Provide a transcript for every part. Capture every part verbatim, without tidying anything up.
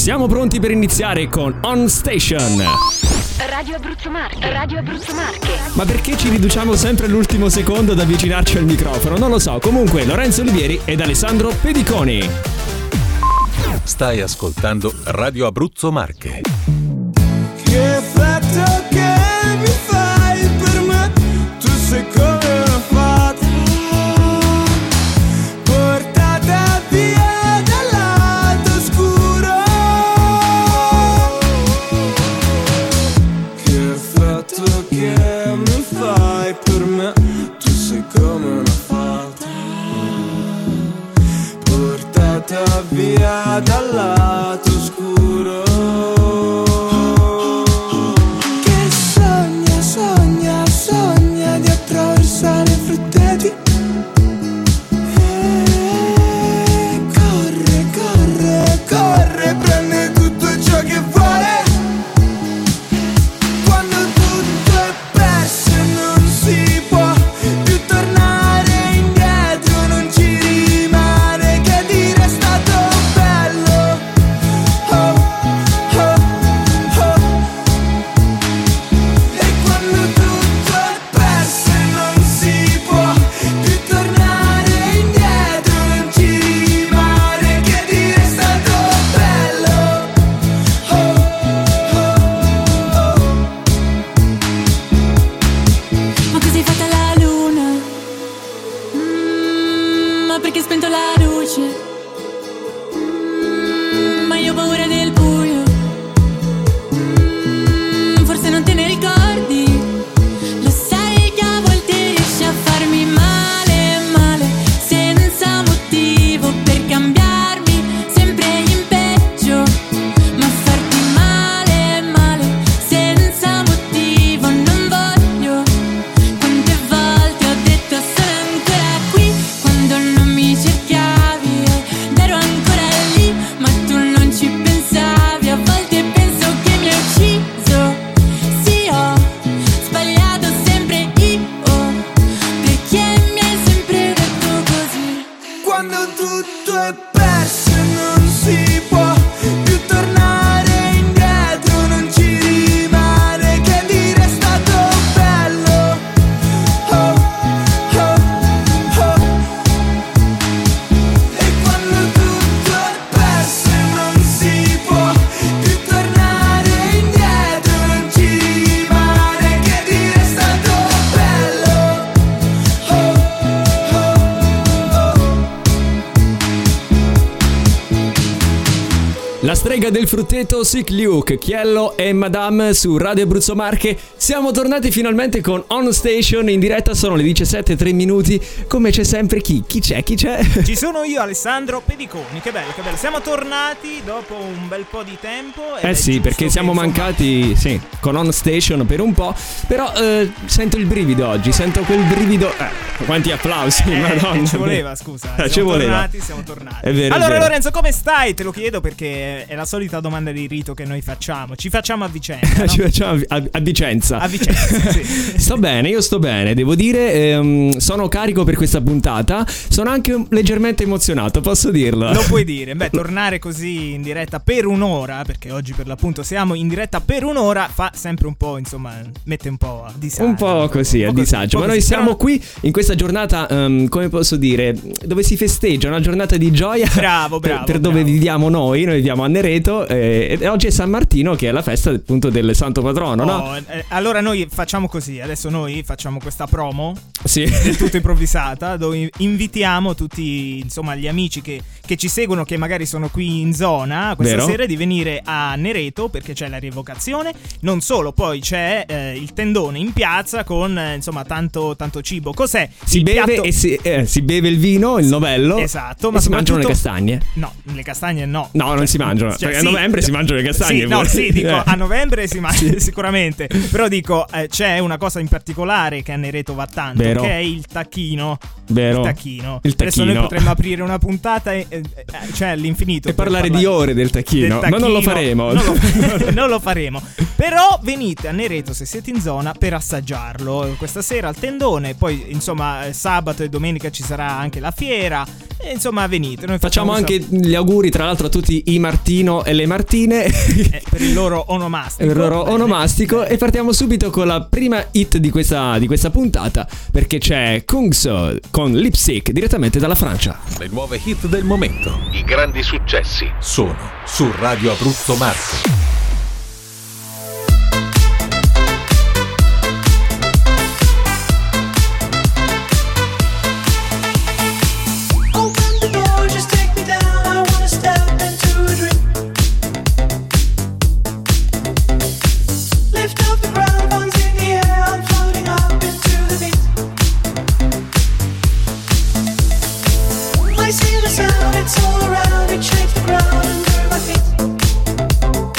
Siamo pronti per iniziare con On Station. Radio Abruzzo Marche, Radio Abruzzo Marche. Ma perché ci riduciamo sempre all'ultimo secondo ad avvicinarci al microfono? Non lo so. Comunque, Lorenzo Olivieri ed Alessandro Pediconi. Stai ascoltando Radio Abruzzo Marche. Che effetto che mi fai per me, tu sei come una fata, portata via dal lato oscuro. Che effetto che mi fai per me, tu sei come una fata, portata via dal lato oscuro. La strega del frutteto, Sick Luke, Chiello e Madame su Radio Abruzzo Marche. Siamo tornati finalmente con On Station in diretta, sono le diciassette e tre minuti. Come c'è sempre chi? Chi c'è? Chi c'è? Ci sono io, Alessandro Pediconi. Che bello, che bello. Siamo tornati dopo un bel po' di tempo. Eh sì, perché siamo che, mancati, sì, con On Station per un po'. Però eh, sento il brivido oggi, sento quel brivido. Eh, quanti applausi, eh, madonna. Ci voleva, scusa. Eh, siamo ci voleva. tornati, siamo tornati. È vero, allora, è vero. Lorenzo, come stai? Te lo chiedo perché è la solita domanda di rito che noi facciamo. Ci facciamo a vicenda, no? Ci facciamo a, a Vicenza. A Vicenza, sì. Sto bene, io sto bene, devo dire, ehm, sono carico per questa puntata. Sono anche leggermente emozionato, posso dirlo. Lo puoi dire. Beh, tornare così in diretta per un'ora, perché oggi per l'appunto siamo in diretta per un'ora, fa sempre un po', insomma, mette un po' a disagio. Un po' così, un a po' disagio. così, Ma noi però... siamo qui in questa giornata, um, come posso dire, dove si festeggia, una giornata di gioia. Bravo, bravo. Per, per bravo. dove viviamo noi, noi viviamo a Nereto. E, e oggi è San Martino, che è la festa appunto del santo patrono, oh, no? Eh, allora noi facciamo così, adesso noi facciamo questa promo Sì. del tutto improvvisata, dove invitiamo tutti, insomma, gli amici che, che ci seguono, che magari sono qui in zona questa Vero? sera, di venire a Nereto perché c'è la rievocazione. Non solo, poi c'è eh, il tendone in piazza con eh, insomma tanto, tanto cibo. Cos'è? Si il beve piatto... e si, eh, si beve il vino, il novello. Esatto, e ma si mangiano le soprattutto- castagne. No, le castagne no. No, non Cioè, si mangiano. cioè, Perché sì, a novembre si mangiano le castagne. Sì, no, pure. sì, dico, Eh. a novembre si mangia sicuramente. Però dico, eh, c'è una cosa in particolare che a Nereto va tanto, Vero. che è il tacchino. Vero. Il tacchino. Il Adesso tacchino. noi potremmo aprire una puntata e, eh, cioè all'infinito E per parlare di ore del tacchino, del ma non lo tacchino. faremo. Non lo, non lo faremo. Però venite a Nereto se siete in zona per assaggiarlo. Questa sera al tendone, poi insomma sabato e domenica ci sarà anche la fiera. E insomma venite. Noi Facciamo questa- anche gli auguri tra l'altro a tutti i Martino e le Martine eh, per il loro onomastico. il loro Bene. onomastico. E partiamo subito con la prima hit di questa, di questa puntata, perché c'è Kungso con Lipstick direttamente dalla Francia. Le nuove hit del momento, i grandi successi, sono su Radio Abruzzo Marche. It's all around, it shakes the ground under my feet.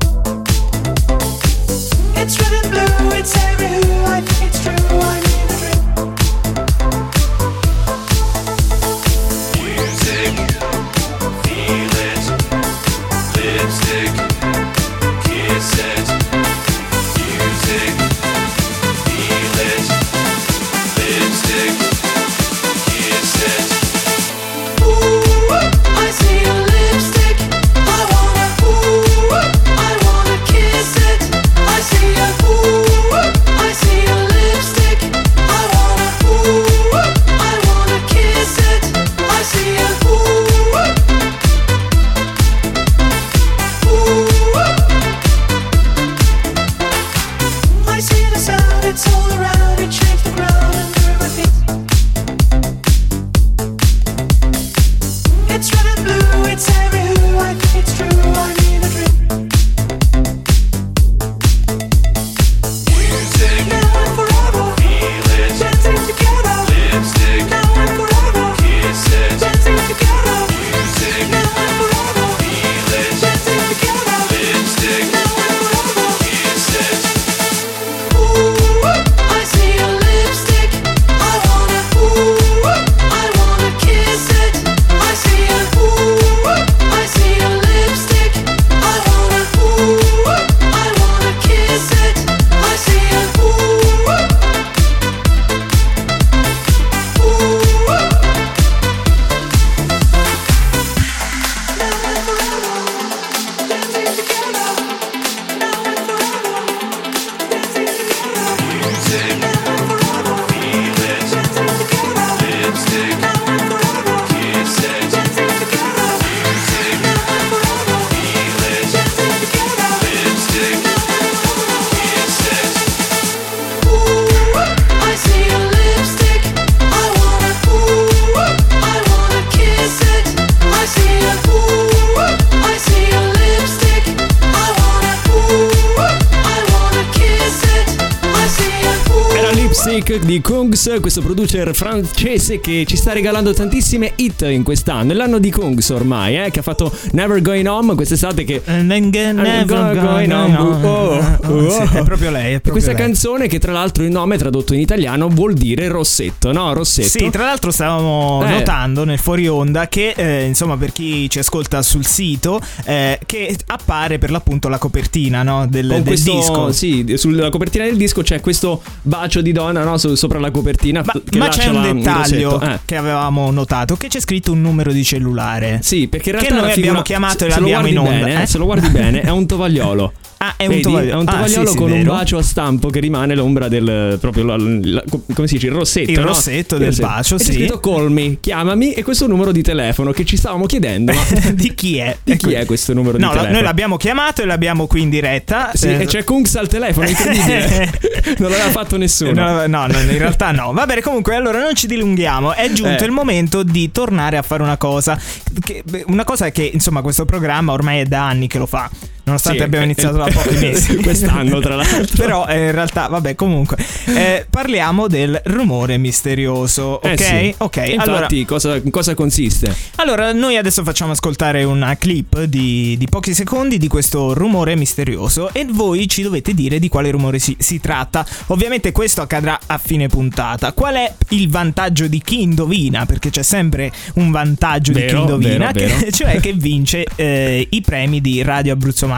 Lipstick di Kungs, questo producer francese che ci sta regalando tantissime hit in quest'anno. È l'anno di Kungs ormai, eh, che ha fatto Never Going Home quest'estate, che Never Going Home. Oh, oh. Sì, è proprio lei, è proprio questa lei. canzone che tra l'altro il nome tradotto in italiano vuol dire rossetto, no? Rossetto. Sì, tra l'altro stavamo Eh. notando nel fuori onda che eh, insomma, per chi ci ascolta sul sito, eh, che appare per l'appunto la copertina, no, del, Con del questo, disco. sì, sulla copertina del disco c'è questo bacio di donna, no, so- sopra la copertina. Ma, che ma lascia c'è un la- dettaglio rossetto. Eh. che avevamo notato, che c'è scritto un numero di cellulare. Sì, perché in Che realtà noi la abbiamo figura, chiamato e se, se lo l'abbiamo guardi in onda, bene, eh? se lo guardi bene, è un tovagliolo. Ah, è un Vedi? tovagliolo. È un Ah, tovagliolo sì, sì, con un vero. bacio a stampo che rimane l'ombra del proprio la- la- come si dice, il rossetto, Il no? rossetto Il del rossetto. bacio, E c'è sì. scritto call me, chiamami, e questo numero di telefono che ci stavamo chiedendo, ma Di chi è? di chi è questo numero No, di la- telefono? noi l'abbiamo chiamato e l'abbiamo qui in diretta. Sì, Eh, e c'è Kungs al telefono, incredibile. Non l'aveva fatto nessuno. No, no, no, in realtà no. Va bene, comunque, allora non ci dilunghiamo. È giunto Eh. il momento di tornare a fare una cosa. Che, beh, una cosa che, insomma, questo programma ormai è da anni che lo fa. Nonostante Sì, abbiamo eh, iniziato eh, da pochi mesi. quest'anno, tra l'altro. Però eh, in realtà, vabbè, comunque eh, parliamo del rumore misterioso. Eh Ok? sì. Ok. E Allora, infatti, cosa, in cosa consiste? allora, noi adesso facciamo ascoltare una clip di, di pochi secondi di questo rumore misterioso e voi ci dovete dire di quale rumore si, si tratta. Ovviamente questo accadrà a fine puntata. Qual è il vantaggio di chi indovina? Perché c'è sempre un vantaggio di Vero, chi indovina, vero, che- vero. cioè che vince eh, i premi di Radio Abruzzo Marche.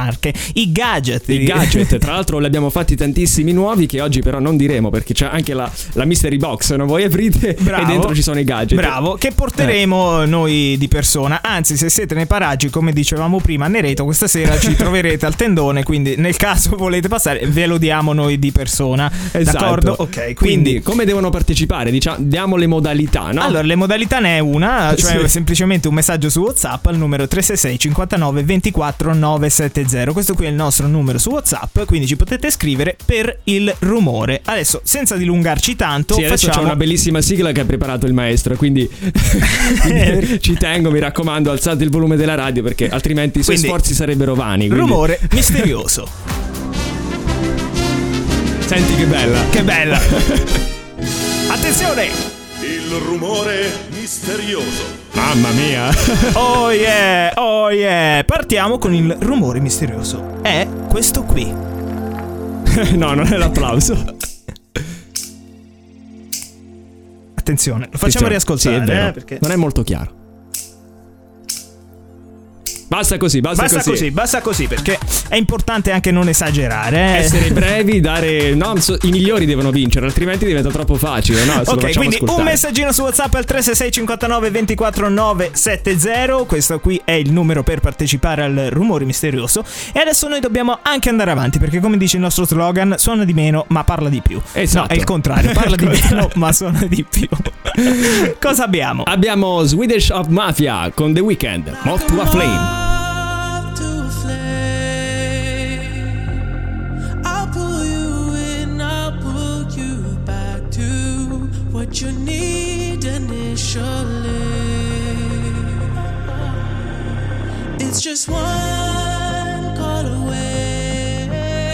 Marche, i gadget. I gadget, tra l'altro li abbiamo fatti tantissimi nuovi che oggi però non diremo perché c'è anche la, la mystery box, no? Voi aprite Bravo. e dentro ci sono i gadget. Bravo, che porteremo eh. noi di persona. Anzi, se siete nei paraggi, come dicevamo prima, a Nereto questa sera ci troverete al tendone, quindi nel caso volete passare ve lo diamo noi di persona. Esatto. D'accordo? Ok, quindi, quindi come devono partecipare? Diciamo, diamo le modalità, no? Allora, le modalità ne è una, cioè Sì. semplicemente un messaggio su WhatsApp al numero tre sei sei cinquantanove ventiquattro novecentosettanta. Questo qui è il nostro numero su WhatsApp, quindi ci potete scrivere per il rumore. Adesso, senza dilungarci tanto, Sì, adesso facciamo c'è una bellissima sigla che ha preparato il maestro, quindi, quindi ci tengo, mi raccomando, alzate il volume della radio perché altrimenti i suoi Quindi, sforzi sarebbero vani. Quindi... rumore misterioso. Senti che bella. Che bella. Attenzione. Il rumore misterioso. Mamma mia. Oh yeah, oh yeah. Partiamo con il rumore misterioso. È questo qui. No, non è l'applauso. Attenzione, lo facciamo Attenzione. riascoltare. Sì, è vero. eh, perché... Non è molto chiaro. Basta così, basta, Basta così, basta così, perché è importante anche non esagerare. Eh. Essere brevi, dare. No, so- i migliori devono vincere, altrimenti diventa troppo facile. No, se lo Ok, facciamo quindi ascoltare. un messaggino su WhatsApp al tre sei sei cinquantanove ventiquattro novecentosettanta. Questo qui è il numero per partecipare al rumore misterioso. E adesso noi dobbiamo anche andare avanti, perché come dice il nostro slogan, suona di meno ma parla di più. Esatto. No, è il contrario, parla di meno ma suona di più. Cosa abbiamo? Abbiamo Swedish of Mafia con The Weeknd, Moth to a Flame. What you need initially. It's just one call away,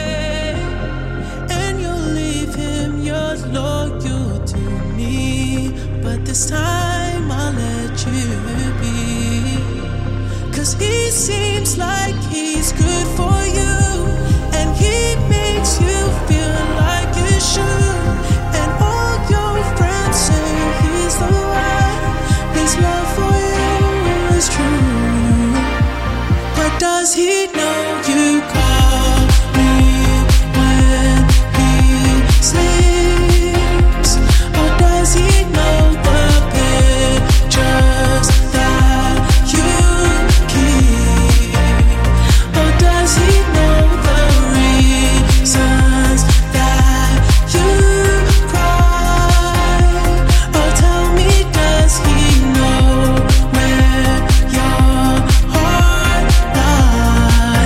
and you'll leave him. You're loyal to me, but this time I'll let you be. 'Cause he seems like he's good for you, and he makes you feel like you should. And all your friends say he's the one, his love for you is true. But does he know you call me when he sleeps? Or does he know the pictures that you keep? Or does he know the reasons that you cry? Oh, tell me, does he know where your heart lies?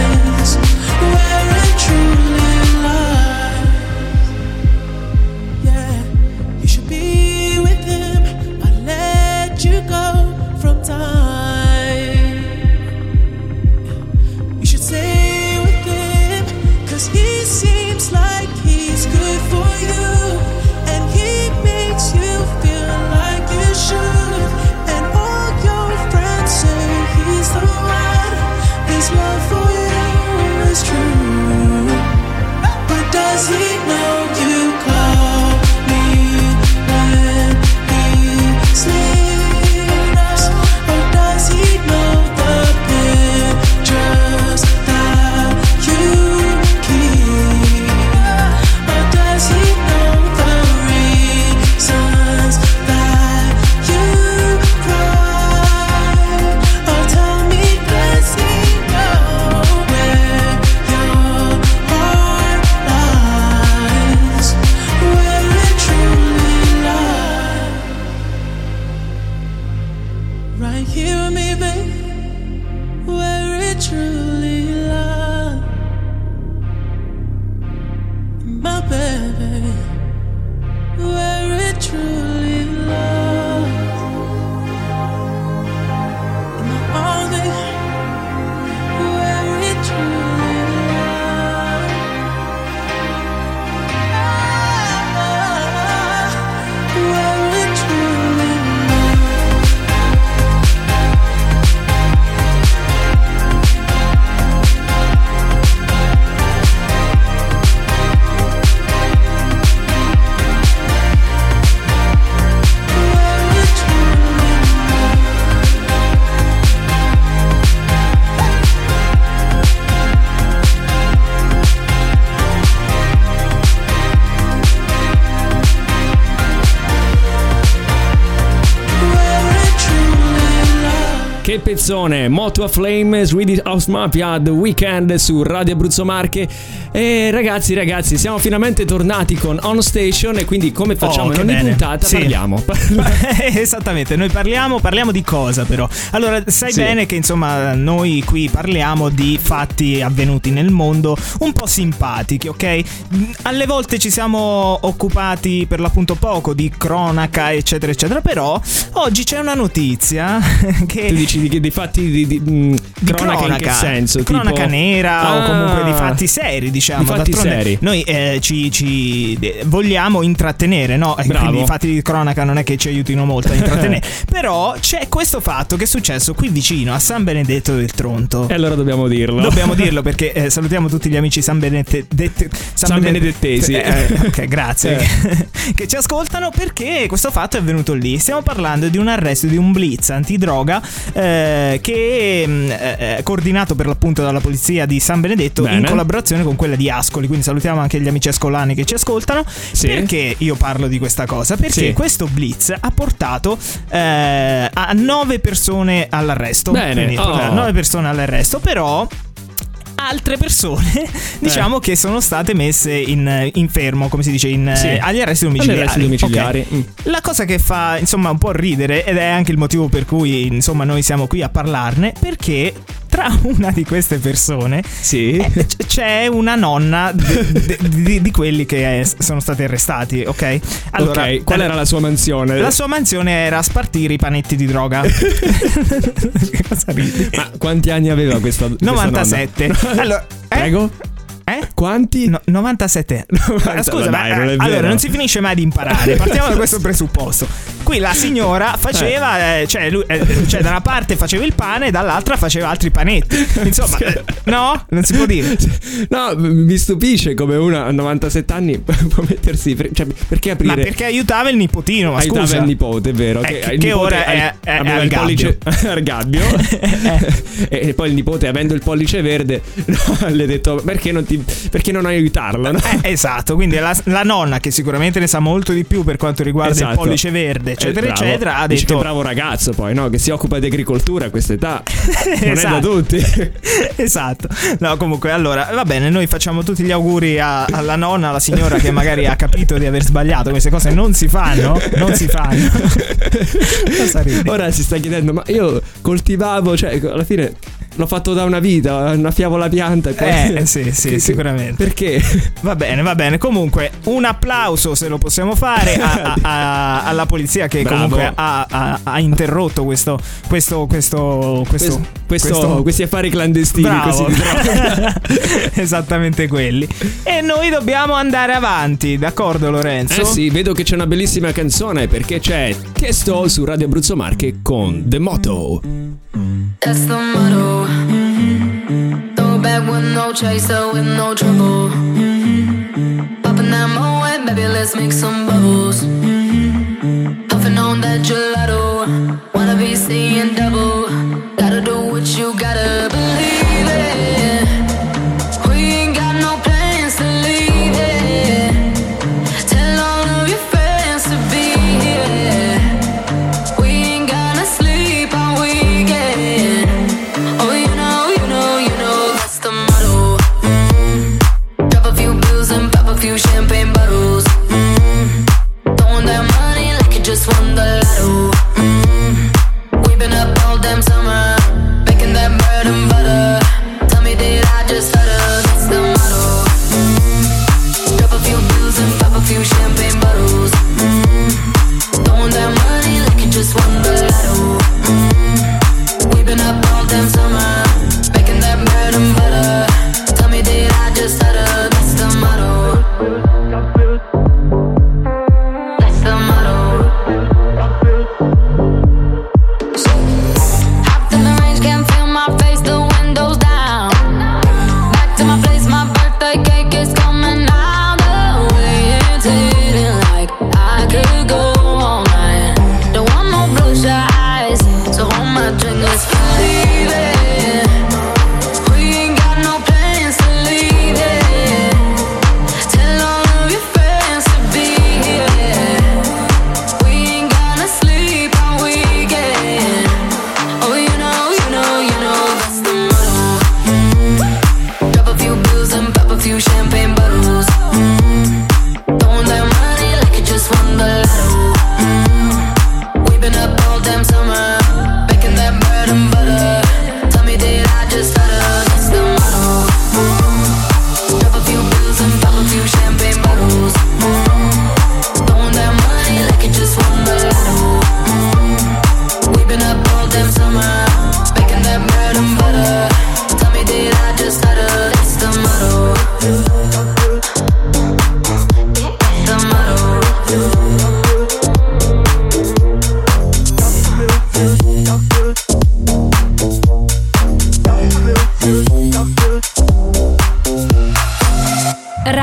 pezzone, Moto a Flame, Swedish House Mafia, The Weeknd su Radio Abruzzo Marche. E ragazzi, ragazzi, siamo finalmente tornati con On Station e quindi come facciamo Oh, in ogni bene. puntata Sì. parliamo. Esattamente, noi parliamo, parliamo di cosa però? Allora, sai Sì. bene che insomma noi qui parliamo di fatti avvenuti nel mondo un po' simpatici, ok? Alle volte ci siamo occupati per l'appunto poco di cronaca, eccetera, eccetera, però oggi c'è una notizia che... Tu dici di, di fatti di, di, mh, Di cronaca, in che senso? cronaca Tipo... nera Ah, o comunque di fatti seri, diciamo. di fatti D'altronde seri. Noi eh, ci, ci eh, vogliamo intrattenere, no? E Bravo. quindi i fatti di cronaca non è che ci aiutino molto a intrattenere. Però c'è questo fatto che è successo qui vicino a San Benedetto del Tronto. E allora dobbiamo dirlo. Dobbiamo dirlo perché eh, salutiamo tutti gli amici San, Benedette, det- San Benedettesi. eh, ok, grazie. Eh. Che ci ascoltano perché questo fatto è avvenuto lì. Stiamo parlando di un arresto di un blitz antidroga eh, che mh, è coordinato per l'appunto dalla polizia di San Benedetto. Bene. In collaborazione con quella di Ascoli. Quindi salutiamo anche gli amici ascolani che ci ascoltano. Sì. Perché io parlo di questa cosa? Perché Sì. questo blitz ha portato eh, a nove persone all'arresto. Bene. Quindi, Oh. nove persone all'arresto, però altre persone diciamo che sono state messe in, in fermo, come si dice, in, Sì. eh, agli arresti domiciliari. Agli arresti domiciliari. Ok. Mm. La cosa che fa insomma un po' ridere, ed è anche il motivo per cui insomma noi siamo qui a parlarne, perché tra una di queste persone Sì. eh, c- c'è una nonna de- de- di, di quelli che eh, sono stati arrestati, ok? Allora, ok, qual era la sua mansione? La sua mansione era spartire i panetti di droga. Che cosa ridi? Ma quanti anni aveva questa, questa novantasette. nonna? Allora, eh? Prego? Eh? Quanti? No, novantasette. novanta, Scusa, dai, ma non è allora vero. non si finisce mai di imparare. Partiamo da questo presupposto. Qui la signora faceva, eh, cioè, lui, eh, cioè, da una parte faceva il pane e dall'altra faceva altri panetti. Insomma, eh, no? Non si può dire. No, mi stupisce come una a novantasette anni può mettersi. Cioè, perché aprire? Ma perché aiutava il nipotino? Ma Aiutava scusa. il nipote, è vero? Eh, che che il nipote ora è- è- aveva è il al pollice al gabbio. E poi il nipote, avendo il pollice verde, no, le ha detto: perché non ti perché non aiutarlo? No? Eh, esatto, quindi la, la nonna, che sicuramente ne sa molto di più per quanto riguarda Esatto. il pollice verde, eccetera, Eh, bravo. eccetera, ha Dice detto: che bravo ragazzo, poi, no? Che si occupa di agricoltura a quest'età. Non Esatto. è da tutti. Esatto. No, comunque, allora, va bene, noi facciamo tutti gli auguri a- alla nonna, alla signora che magari ha capito di aver sbagliato. Queste cose non si fanno, non si fanno. Cosa ridi? Ora si sta chiedendo: ma io coltivavo, cioè, alla fine l'ho fatto da una vita, annaffiavo la pianta. E poi... Eh, sì, sì, Che- sicuramente. Perché? Va bene, va bene. Comunque, un applauso, se lo possiamo fare, a- a- a- alla polizia che Bravo. comunque ha, ha- ha interrotto questo, questo, questo, questo, Questo, questo- questi affari clandestini. Bravo. Così di droga. Esattamente quelli. E noi dobbiamo andare avanti, d'accordo, Lorenzo? Eh sì, vedo che c'è una bellissima canzone perché c'è Tiesto su Radio Abruzzo Marche con The Motto. That's the motto. Throw it back with no chaser, with no trouble. Popping that Moet, baby, let's make some bubbles. Puffing on that gelato, wanna be seeing double. Gotta do what you gotta believe it. We ain't got no plans to leave it. Tell all of your friends to be here. We ain't gonna sleep all weekend. Oh, you know, you know, you know that's the motto. Mm. Drop a few bills and pop a few champagne bottles. Mm. Throwing that money like you just won the lotto. Mm. We've been up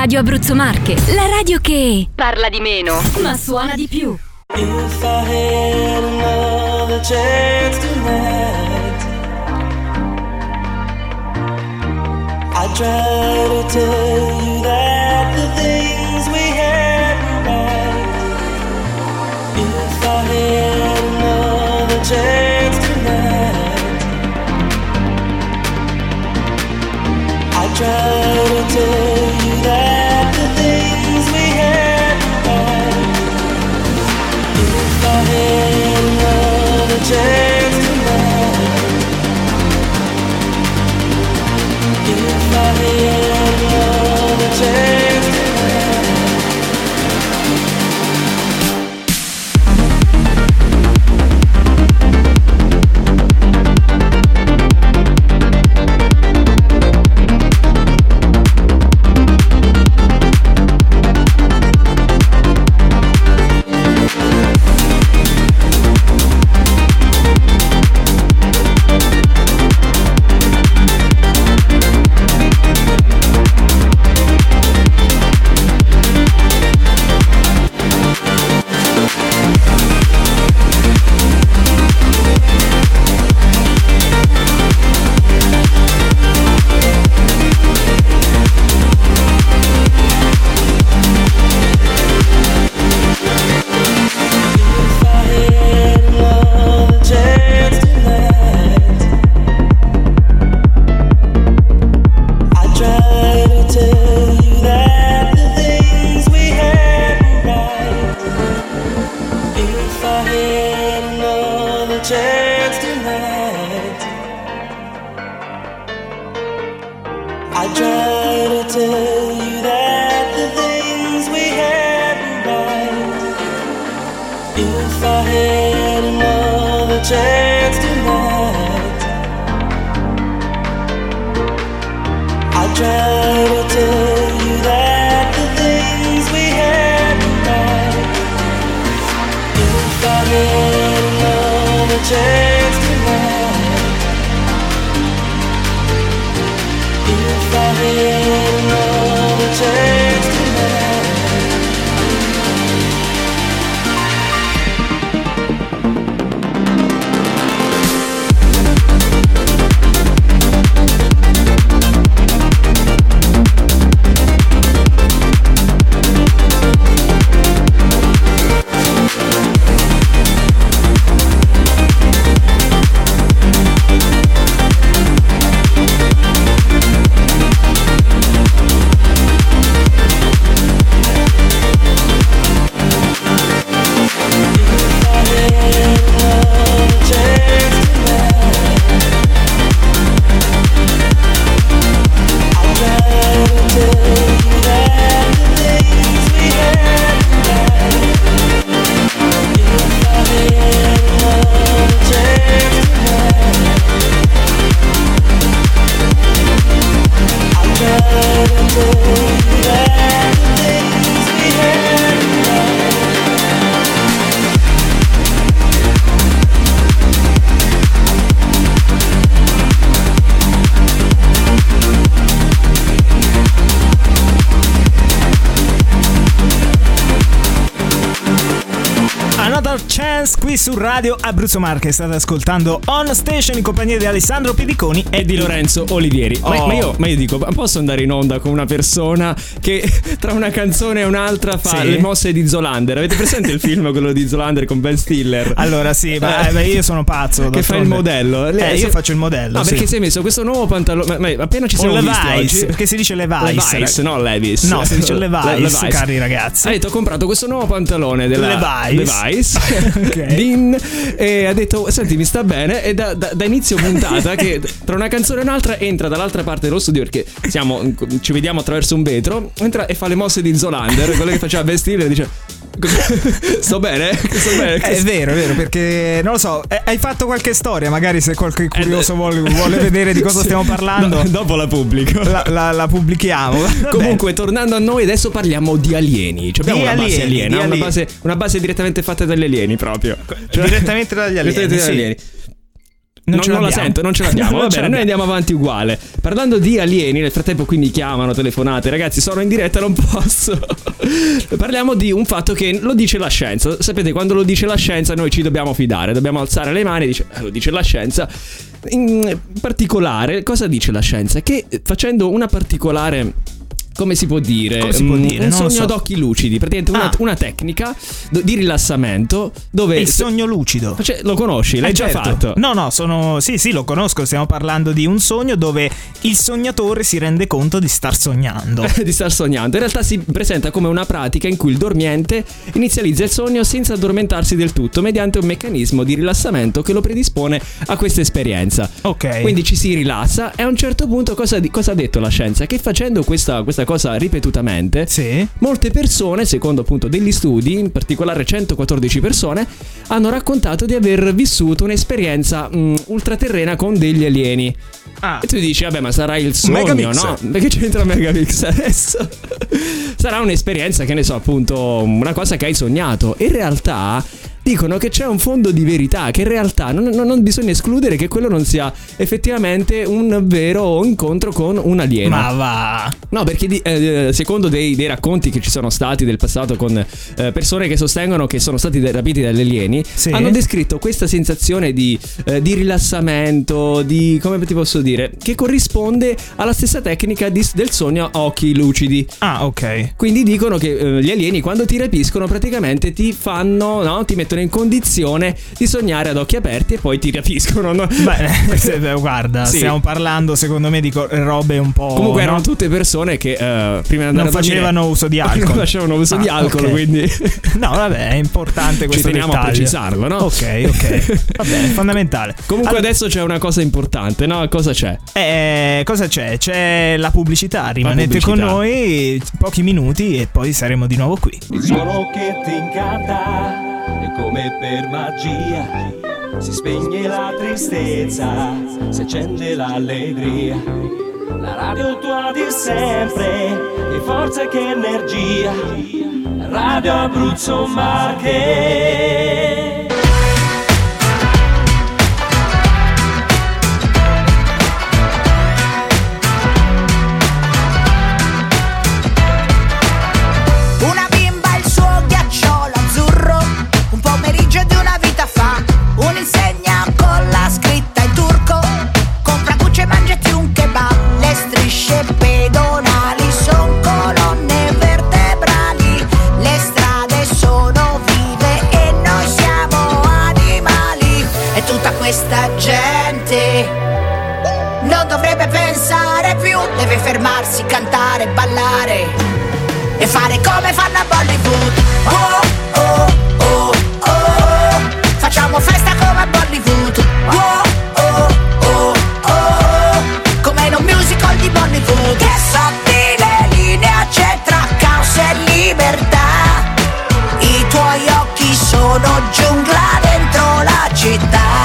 Radio Abruzzo Marche, la radio che parla di meno, ma suona di più. If I had another chance tonight, I'd try to tell you that the things we had were right. If I had another chance tonight, I'd try to tell you that the things we had were right. If I had another chance tonight, if I had another chance tonight. Qui su Radio Abruzzo Marche state ascoltando On Station in compagnia di Alessandro Pediconi e di Lorenzo Olivieri. Oh. Ma, ma, io, ma io dico, posso andare in onda con una persona che tra una canzone e un'altra fa sì. le mosse di Zoolander? Avete presente il film quello di Zoolander con Ben Stiller? Allora sì, ma eh, io sono pazzo. Che fa il modello. Eh, io faccio il modello. No, sì. perché si è messo questo nuovo pantalone. Ma, ma appena ci siamo visti oggi. Perché si dice Levi's. Levi's, no Levis. No, si dice Levi's, Levi's. cari ragazzi. Ha detto ho comprato questo nuovo pantalone della Levi's. Levi's. Okay. Din, e ha detto senti mi sta bene e da, da, da inizio puntata che tra una canzone e un'altra entra dall'altra parte dello studio perché siamo, ci vediamo attraverso un vetro, entra e fa le mosse di Zoolander, quello che faceva Ben Stiller e dice sto bene, sto bene. È vero, è vero, perché non lo so, hai fatto qualche storia, magari se qualche curioso vuole, vuole vedere di cosa stiamo parlando, no, dopo la pubblico, la, la, la pubblichiamo. Comunque tornando a noi, adesso parliamo di alieni, cioè, abbiamo di una alieni, base aliena, una base, una base direttamente fatta dagli alieni proprio, cioè, direttamente dagli alieni, direttamente sì. dagli alieni. Non, non, non la sento, non ce l'abbiamo. Va bene, noi andiamo avanti uguale. Parlando di alieni, nel frattempo qui mi chiamano, telefonate. Ragazzi, sono in diretta, non posso. Parliamo di un fatto che lo dice la scienza. Sapete, quando lo dice la scienza noi ci dobbiamo fidare. Dobbiamo alzare le mani e dice, eh, lo dice la scienza. In particolare, cosa dice la scienza? Che facendo una particolare... Come si può dire? Come si può dire? Un non sogno so. ad occhi lucidi, praticamente una, ah. una tecnica di rilassamento dove... Il sogno lucido. Cioè, lo conosci? L'hai eh, già certo. fatto? No, no, sono... Sì, sì, lo conosco. Stiamo parlando di un sogno dove il sognatore si rende conto di star sognando. Di star sognando. In realtà si presenta come una pratica in cui il dormiente inizializza il sogno senza addormentarsi del tutto, mediante un meccanismo di rilassamento che lo predispone a questa esperienza. Ok. Quindi ci si rilassa e a un certo punto cosa, di, cosa ha detto la scienza? Che facendo questa, questa cosa ripetutamente, sì. molte persone, secondo appunto degli studi, in particolare centoquattordici persone, hanno raccontato di aver vissuto un'esperienza mh, ultraterrena con degli alieni. Ah. E tu dici, vabbè, ma sarà il sogno, Megamix. no? Perché c'entra Megamix adesso? Sarà un'esperienza, che ne so, appunto, una cosa che hai sognato. In realtà dicono che c'è un fondo di verità, che in realtà non, non, non bisogna escludere che quello non sia effettivamente un vero incontro con un alieno. Ma va. No, perché di, eh, secondo dei, dei racconti che ci sono stati del passato con eh, persone che sostengono che sono stati rapiti dagli alieni, sì. hanno descritto questa sensazione di, eh, di rilassamento, di, come ti posso dire, che corrisponde alla stessa tecnica di, del sogno a occhi lucidi. Ah, ok. Quindi dicono che eh, gli alieni quando ti rapiscono praticamente ti fanno, no, ti mettono in condizione di sognare ad occhi aperti e poi ti rapiscono, no? Beh, se, guarda, sì. Stiamo parlando secondo me di co- robe un po'... Comunque erano no? tutte persone che uh, prima di andare non a dormire facevano uso di alcol. Non facevano uso ah, di alcol, okay. quindi no, vabbè, è importante questo ci teniamo dettaglio. a precisarlo, no? Ok, ok. Va bene, fondamentale. Comunque allora, adesso c'è una cosa importante, no? Cosa c'è? Eh, cosa c'è? C'è la pubblicità. Rimanete la pubblicità. con noi pochi minuti e poi saremo di nuovo qui. Il suono che ti incanta è come per magia, si spegne la tristezza, si accende l'allegria. La radio tua di sempre, che forza e che energia, Radio Abruzzo Marche. Questa gente non dovrebbe pensare più, deve fermarsi, cantare, ballare e fare come fanno a Bollywood. Oh, oh, oh, oh, facciamo festa come a Bollywood. Oh, oh, oh, oh, come in un musical di Bollywood. Che sottile linea c'è tra caos e libertà, i tuoi occhi sono giungla dentro la città.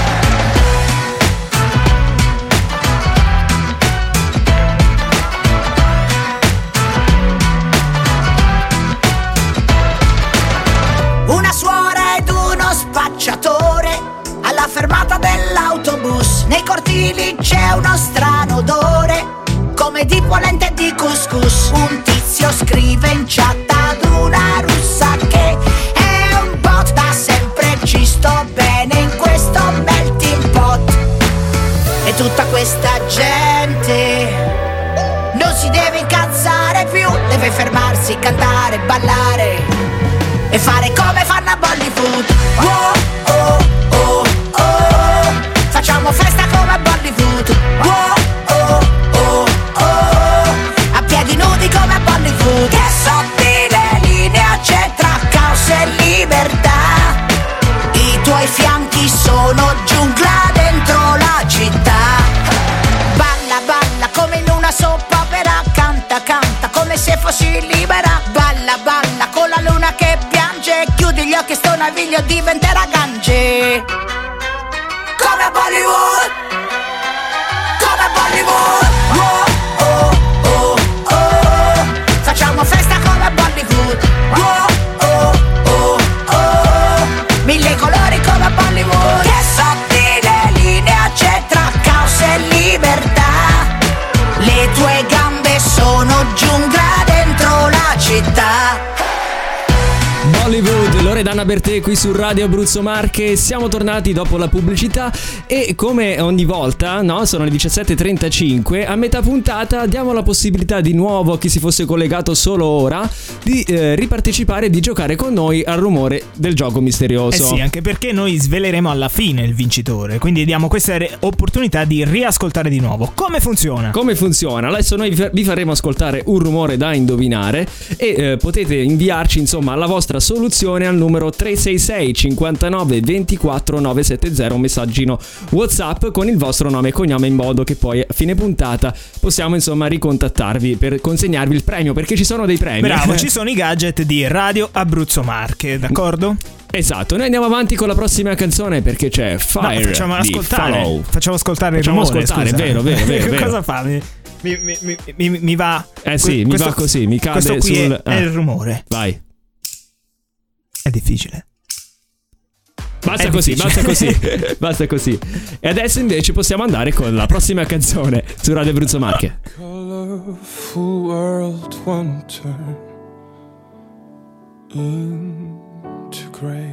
Alla fermata dell'autobus, nei cortili c'è uno strano odore, come di polente di couscous. Un tizio scrive in chat ad una russa che è un bot, da sempre ci sto bene in questo melting pot. E tutta questa gente non si deve incazzare più, deve fermarsi, cantare, ballare e fare come fanno a Bollywood. Oh, oh, oh, oh, facciamo festa come a Bollywood. Oh, oh, oh, oh, a piedi nudi come a Bollywood. Che sottile linea c'è tra caos e libertà, i tuoi fianchi sono giungla dentro la città. Balla, balla come in una soap opera, canta, canta come se fossi libera. Balla, balla con la luna che piange, chiudi gli occhi, sto naviglio diventerà gange. Come a Bollywood, come a Bollywood. Oh, oh, oh, oh, facciamo festa come a Bollywood. Oh, oh, oh, oh, mille colori come a Bollywood. Che sottile linea Rumore d'Anna Bertè qui su Radio Abruzzo Marche. Siamo tornati dopo la pubblicità e come ogni volta, no, sono le diciassette e trentacinque. A metà puntata diamo la possibilità di nuovo a chi si fosse collegato solo ora di eh, ripartecipare e di giocare con noi al rumore del gioco misterioso. Eh sì, anche perché noi sveleremo alla fine il vincitore, quindi diamo questa re- opportunità di riascoltare di nuovo. Come funziona? Come funziona? Adesso noi vi faremo ascoltare un rumore da indovinare e eh, potete inviarci insomma la vostra soluzione al numero tre sei sei cinquantanove ventiquattro novecentosettanta, un messaggino WhatsApp con il vostro nome e cognome, in modo che poi a fine puntata possiamo insomma ricontattarvi per consegnarvi il premio, perché ci sono dei premi. Bravo, ci sono i gadget di Radio Abruzzo Marche, d'accordo? Esatto, noi andiamo avanti con la prossima canzone perché c'è Fire. No, facciamo di ascoltare. Follow. Facciamo ascoltare facciamo il rumore, ascoltare, scusa. vero, vero, vero, vero. Cosa fa? Mi, mi, mi, mi, mi va. Eh sì, questo, mi va così, mi cade questo qui sul è, è il rumore. Vai. È difficile. Basta è così, difficile. basta così. Basta così. E adesso invece possiamo andare con la prossima canzone su Radio Abruzzo Marche. Colorful world one turn into grey.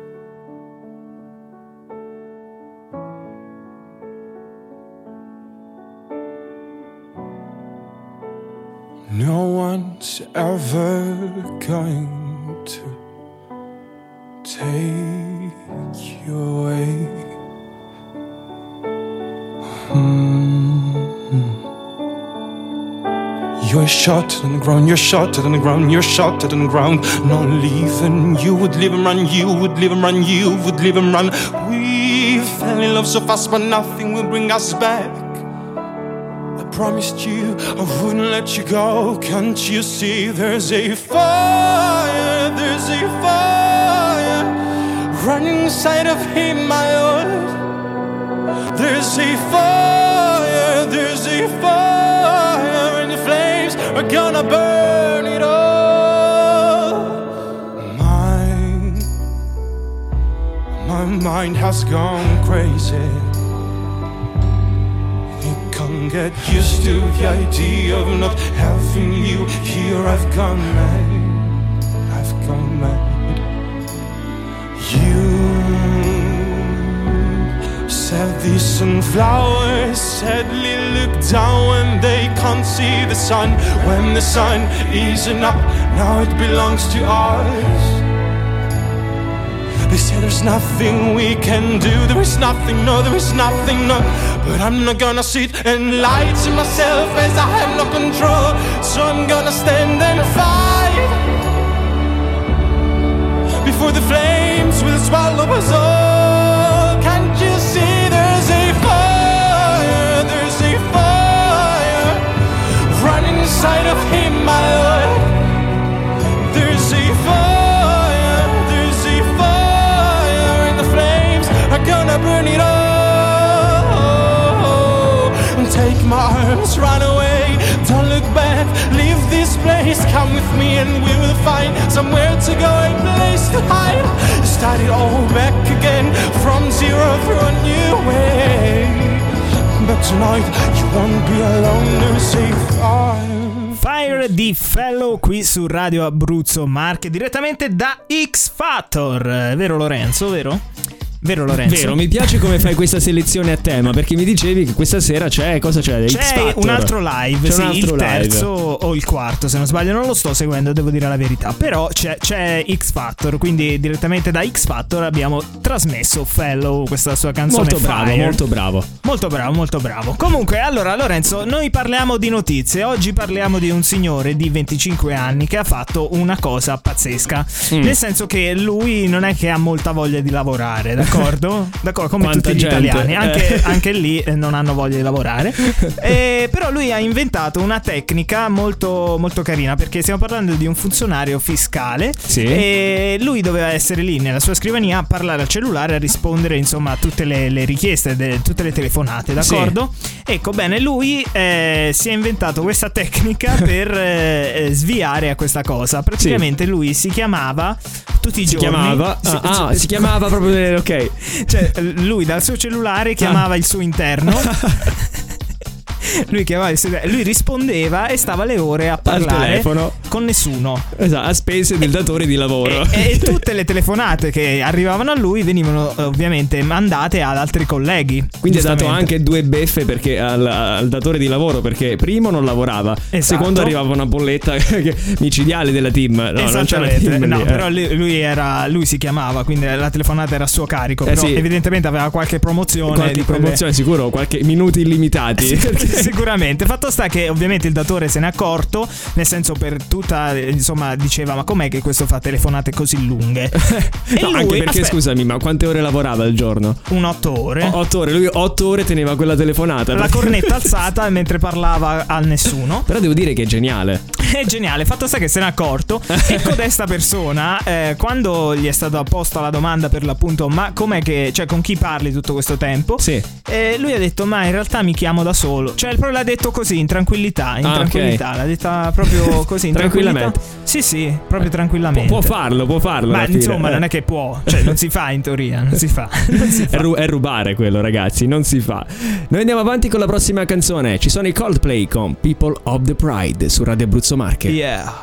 No one's ever going to take you away. Mm-hmm. You're shot on the ground, you're shot on the ground, you're shot on the ground. No leaving, you would live and run, you would live and run, you would live and run. We fell in love so fast, but nothing will bring us back. Promised you I wouldn't let you go. Can't you see there's a fire, there's a fire running inside of him, my Lord. There's a fire, there's a fire, and the flames are gonna burn it all. My, my mind has gone crazy. Get used to the idea of not having you here. I've gone mad, I've gone mad. You said these sunflowers sadly look down when they can't see the sun. When the sun isn't up, now it belongs to us. They say there's nothing we can do. There is nothing, no, there is nothing, no. But I'm not gonna sit and lie to myself as I have no control. So I'm gonna stand and fight before the flames will swallow us all. Can't you see there's a fire, there's a fire running inside of him, my Lord. There's a fire, there's a fire, and the flames are gonna burn it all. Take my arms, run away, don't look back, leave this place, come with me and we will find somewhere to go, a place to hide. Start it all back again, from zero through a new way. But tonight you won't be alone, there's a fire. Fire di Fellow qui su Radio Abruzzo Marche, direttamente da X Factor. Vero Lorenzo, vero? Vero Lorenzo? Vero, mi piace come fai questa selezione a tema, perché mi dicevi che questa sera c'è, cosa c'è? C'è X Factor. un altro live, c'è sì, un altro il terzo live. o il quarto, se non sbaglio, non lo sto seguendo, devo dire la verità. Però c'è, c'è X Factor, quindi direttamente da X Factor abbiamo trasmesso Fellow, questa sua canzone. Molto bravo, Fire. molto bravo. Molto bravo, molto bravo. Comunque, allora Lorenzo, noi parliamo di notizie. Oggi parliamo di un signore di venticinque anni che ha fatto una cosa pazzesca. Mm. Nel senso che lui non è che ha molta voglia di lavorare, d'accordo? D'accordo, come Quanta tutti gli gente. italiani. Anche, anche lì eh, non hanno voglia di lavorare. E, però lui ha inventato una tecnica molto, molto carina, perché stiamo parlando di un funzionario fiscale. Sì. E lui doveva essere lì nella sua scrivania a parlare al cellulare, a rispondere insomma a tutte le, le richieste, de, tutte le telefonate, d'accordo? Sì. Ecco, bene, lui eh, si è inventato questa tecnica per eh, sviare a questa cosa. Praticamente sì. Lui si chiamava tutti i si giorni. Chiamava? Si, ah, ah, si chiamava proprio. Ok. Cioè, lui dal suo cellulare chiamava ah. il suo interno. lui chiamava il segretariato, lui rispondeva e stava le ore a parlare al telefono con nessuno, esatto, a spese del datore di lavoro. E, e tutte le telefonate che arrivavano a lui venivano ovviamente mandate ad altri colleghi. Quindi ha dato anche due beffe perché al, al datore di lavoro, perché primo non lavorava, esatto. secondo arrivava una bolletta micidiale della team. No, non c'era team no, lì, però eh. lui era lui si chiamava, quindi la telefonata era a suo carico, eh però sì. evidentemente aveva qualche promozione, qualche di quelle... promozione sicuro, qualche minuti illimitati. Sì, sicuramente. Fatto sta che ovviamente il datore se n'è accorto, nel senso, per tutta, insomma, diceva: ma com'è che questo fa telefonate così lunghe? E no, lui, anche perché aspetta, scusami, ma quante ore lavorava al giorno? Un otto ore. O, otto ore, lui otto ore teneva quella telefonata. La perché... cornetta alzata mentre parlava a nessuno. Però devo dire che è geniale. È geniale, fatto sta che se n'è accorto. E codesta persona, eh, quando gli è stata posta la domanda per l'appunto: ma com'è che, cioè, con chi parli tutto questo tempo? Sì. Eh, lui ha detto: ma in realtà mi chiamo da solo. Cioè, proprio l'ha detto così, in tranquillità. In ah, tranquillità, okay. L'ha detta proprio così, in tranquillamente. Sì, sì, proprio tranquillamente. Pu- può farlo, può farlo. Ma insomma, non è che può, cioè, non si fa in teoria. Non si fa. Non si fa. È, ru- è rubare quello, ragazzi, non si fa. Noi andiamo avanti con la prossima canzone. Ci sono i Coldplay con People of the Pride su Radio Abruzzo Marche. Yeah.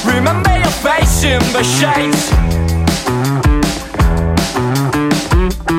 in the shades.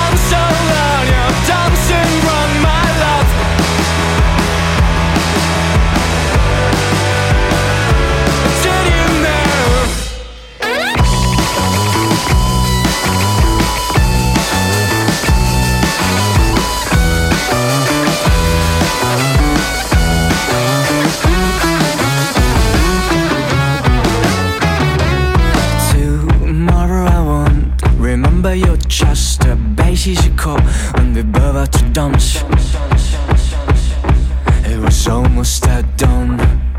done so long, you're dancing wrong, my love. Did you know? Tomorrow I won't remember your chest, a basis you call when we were about to dance. It was almost at dawn.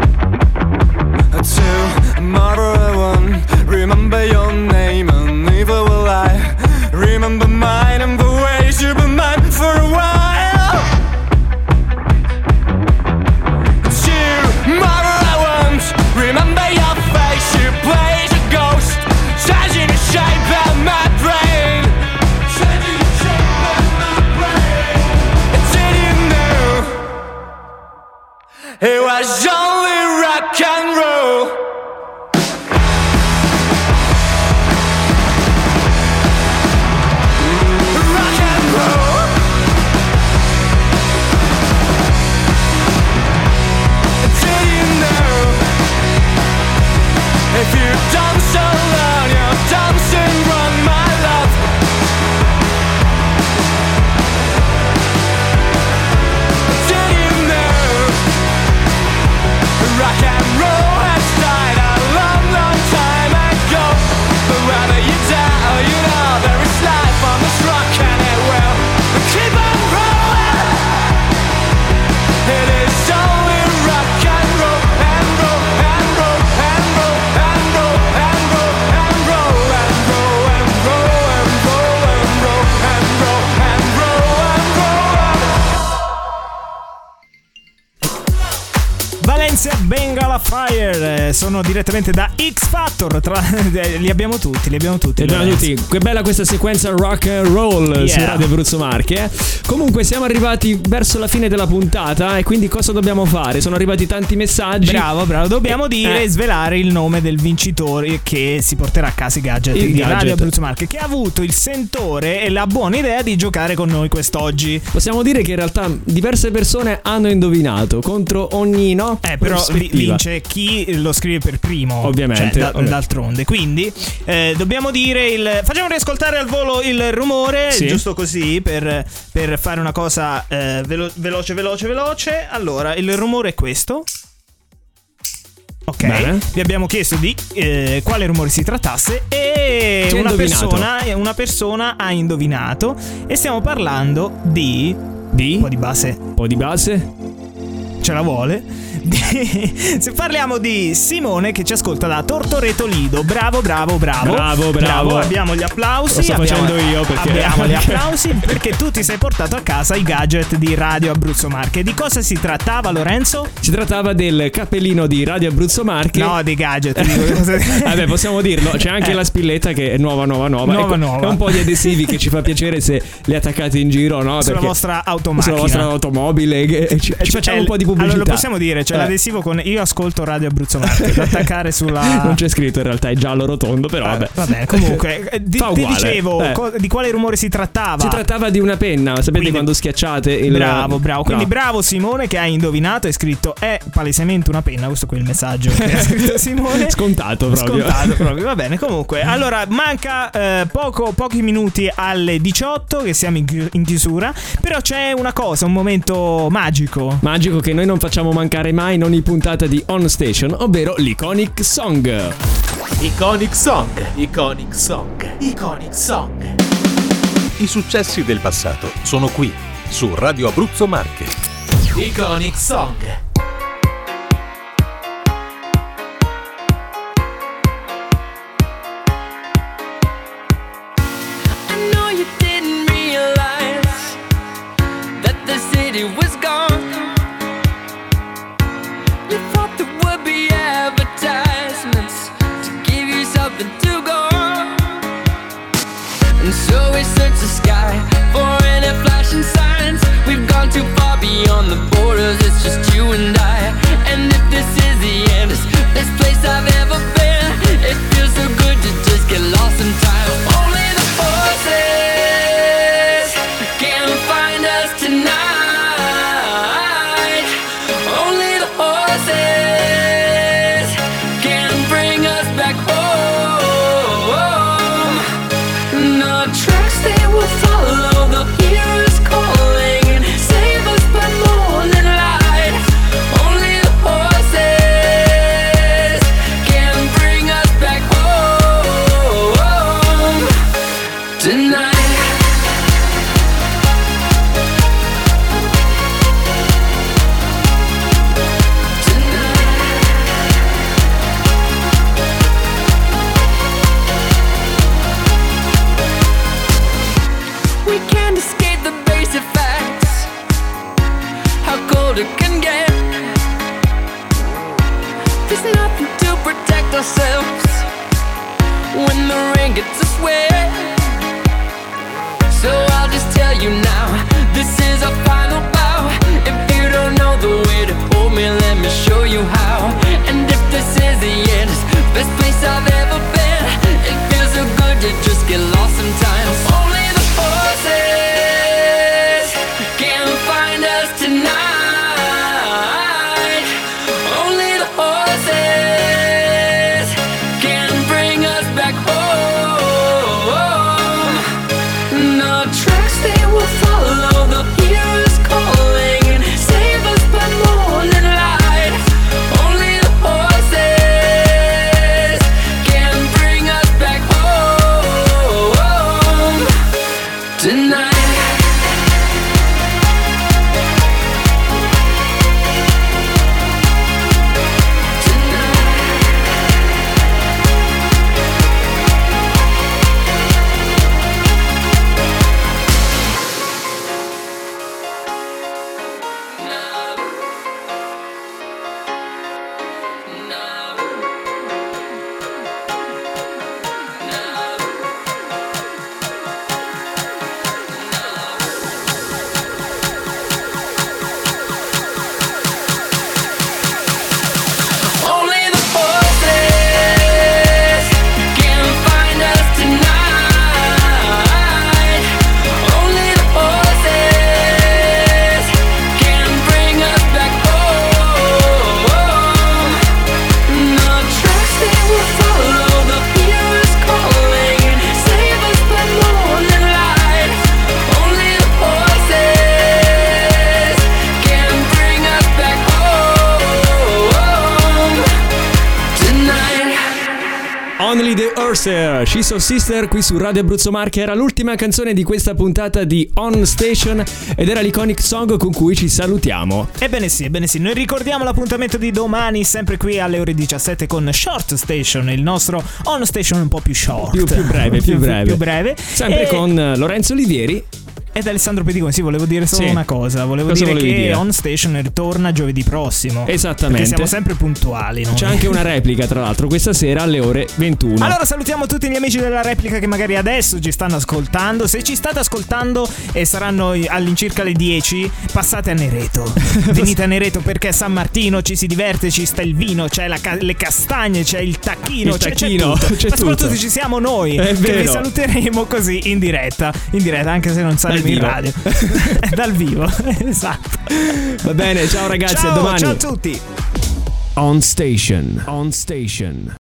Tomorrow I won't remember your name, and neither will I remember mine and the ways you've been mine for a while. Tomorrow I won't remember your face, you played a ghost, changing the shape of my brain. Changing the shape of my brain. Did you know it was only rock and roll? Rock and roll. Did you know if you've done so long, you're dancing wrong, my love. Did you know rock and roll has died a long, long time ago? But whether you die or you know, there is life on this rock and it will keep on rolling. It is only rock and roll and roll and roll and roll and roll and roll and roll and roll and roll and roll and roll and roll and roll. Valencia Bengala Fire, eh, sono direttamente da X Factor, tra, eh, li abbiamo tutti, li abbiamo tutti. Li abbiamo tutti. Che bella questa sequenza rock and roll Yeah. su Radio Abruzzo Marche. Comunque siamo arrivati verso la fine della puntata e quindi cosa dobbiamo fare? Sono arrivati tanti messaggi. Bravo, bravo. Dobbiamo dire e Eh. svelare il nome del vincitore che si porterà a casa i gadget Il di gadget. Radio Abruzzo Marche, che ha avuto il sentore e la buona idea di giocare con noi quest'oggi. Possiamo dire che in realtà diverse persone hanno indovinato contro ogni no? Eh, però vi- prospettiva. vince chi lo scrive per primo, Ovviamente. cioè, da- Eh. d'altronde. Quindi eh, dobbiamo dire il. Facciamo riascoltare al volo il rumore, Sì. giusto così per, per fare una cosa eh, velo- veloce, veloce, veloce. Allora, il rumore è questo. Ok, Bene. vi abbiamo chiesto di eh, quale rumore si trattasse e Chi ha una indovinato? persona, una persona ha indovinato e stiamo parlando di Di? un po' di base, Un po' di base. ce la vuole. Di- Se parliamo di Simone che ci ascolta da Tortoreto Lido. Bravo, bravo, bravo. Bravo, bravo. Abbiamo gli applausi. Lo sto abbiamo- facendo io perché- Abbiamo gli applausi perché tu ti sei portato a casa i gadget di Radio Abruzzo Marche. Di cosa si trattava, Lorenzo? Si trattava del cappellino di Radio Abruzzo Marche. No, dei gadget. dico, cosa- Vabbè, possiamo dirlo. C'è anche Eh. la spilletta che è nuova, nuova, nuova. Nuova, e, nuova. e un po' di adesivi che ci fa piacere se li attaccate in giro, no? Sulla Perché- vostra automacchina. Sulla vostra automobile. che- e ci, ci facciamo un po' di pubblicità. Allora lo possiamo dire, c'è Eh. l'adesivo con io ascolto Radio Abruzzo Marche da attaccare sulla. Non c'è scritto in realtà, è giallo rotondo, però vabbè. Va bene, comunque eh, di, Fa ti uguale. dicevo Eh. co- di quale rumore si trattava. Si trattava di una penna, sapete Quindi- quando schiacciate il... Bravo, bravo. Quindi No. bravo Simone che hai indovinato, hai scritto è palesemente una penna, questo qui è il messaggio che ha scritto Simone. Scontato proprio. Scontato proprio, va bene. Comunque, allora manca eh, poco, pochi minuti alle diciotto che siamo in, chi- in chiusura, però c'è una cosa, un momento magico. Magico che noi non facciamo mancare mai in ogni puntata di On Station, ovvero l'Iconic Song. Iconic Song, Iconic Song, Iconic Song. I successi del passato sono qui, su Radio Abruzzo Marche. Iconic Song. I know you didn't realize that the city was gone. You thought there would be advertisements to give you something to go on. And so we search the sky for any flashing signs. We've gone too far beyond the borders, it's just you and we can't escape the basic facts, how cold it can get. There's nothing to protect ourselves when the rain gets us wet. So I'll just tell you now, this is our final bow. If you don't know the way to hold me, let me show you how. And if this is the end, it's the best place I've ever been. It feels so good to just get lost sometimes. Only the horses can find us tonight. Only the horses can bring us back home. No tracks, they will follow the heroes calling and save us by morning light. Only the horses can bring us back home tonight. Only the horses can find us tonight. Only the horses can bring us back home. No tracks, they will follow the heroes calling and save us by morning light. Only the horses can bring us back home tonight. Only the Horses, She's So Sister qui su Radio Abruzzo Marche. Era l'ultima canzone di questa puntata di On Station ed era l'iconic song con cui ci salutiamo. Ebbene sì, ebbene sì, noi ricordiamo l'appuntamento di domani sempre qui alle ore diciassette con Short Station, il nostro On Station un po' più short. Più, più breve, più breve. più breve. Sempre E- con Lorenzo Olivieri Ed Alessandro Peticone. Sì, volevo dire solo Sì. una cosa. Volevo Cosa dire volevi che dire? On Station ritorna giovedì prossimo. Esattamente. Perché siamo sempre puntuali, no? C'è anche una replica, tra l'altro, questa sera alle ore ventuno. Allora salutiamo tutti gli amici della replica che magari adesso ci stanno ascoltando. Se ci state ascoltando e saranno all'incirca le dieci, passate a Nereto. Venite a Nereto perché a San Martino ci si diverte, ci sta il vino, c'è la ca- le castagne, c'è il tacchino, Il c'è, tacchino, c'è tutto. c'è Ma soprattutto tutto. ci siamo noi È che vi vero. saluteremo così in diretta. In diretta, anche se non saremo in vivo. radio. Dal vivo. Esatto. Va bene, ciao ragazzi, Ciao, a domani. ciao a tutti. On Station. On Station.